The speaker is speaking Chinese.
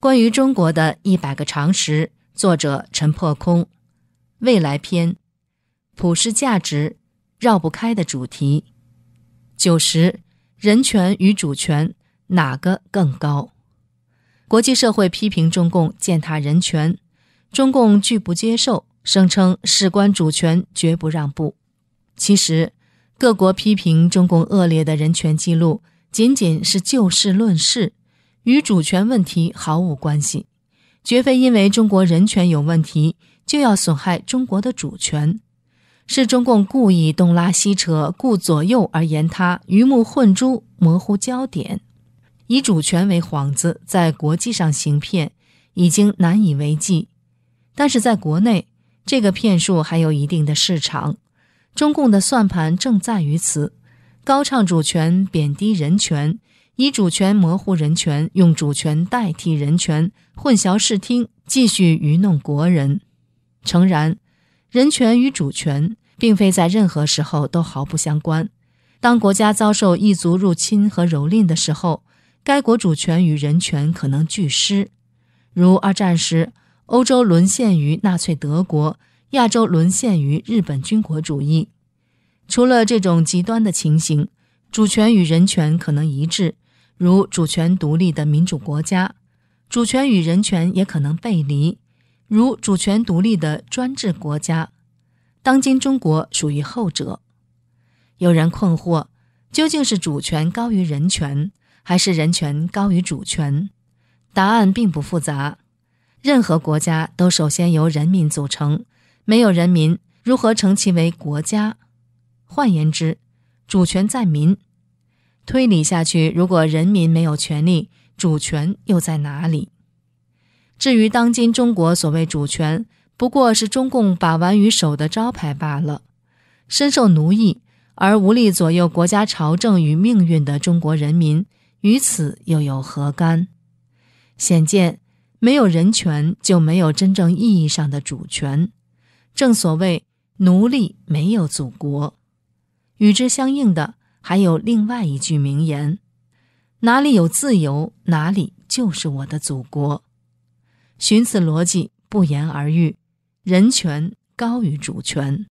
关于中国的100个常识，作者陈破空。未来篇，普世价值，绕不开的主题。90，人权与主权，哪个更高？国际社会批评中共践踏人权，中共拒不接受，声称事关主权绝不让步。其实，各国批评中共恶劣的人权记录，仅仅是就事论事，与主权问题毫无关系，绝非因为中国人权有问题，就要损害中国的主权。是中共故意东拉西扯，顾左右而言他，鱼目混珠，模糊焦点，以主权为幌子，在国际上行骗，已经难以为继。但是在国内，这个骗术还有一定的市场，中共的算盘正在于此，高唱主权，贬低人权，以主权模糊人权，用主权代替人权，混淆视听，继续愚弄国人。诚然，人权与主权并非在任何时候都毫不相关。当国家遭受异族入侵和蹂躏的时候，该国主权与人权可能俱失。如二战时，欧洲沦陷于纳粹德国，亚洲沦陷于日本军国主义。除了这种极端的情形，主权与人权可能一致，如主权独立的民主国家；主权与人权也可能背离，如主权独立的专制国家。当今中国属于后者。有人困惑，究竟是主权高于人权，还是人权高于主权？答案并不复杂。任何国家都首先由人民组成，没有人民，如何称其为国家？换言之，主权在民。推理下去，如果人民没有权利，主权又在哪里？至于当今中国所谓主权，不过是中共把玩于手的招牌罢了。深受奴役而无力左右国家朝政与命运的中国人民，于此又有何干？显见，没有人权，就没有真正意义上的主权。正所谓奴隶没有祖国。与之相应的还有另外一句名言：哪里有自由，哪里就是我的祖国。循此逻辑，不言而喻，人权高于主权。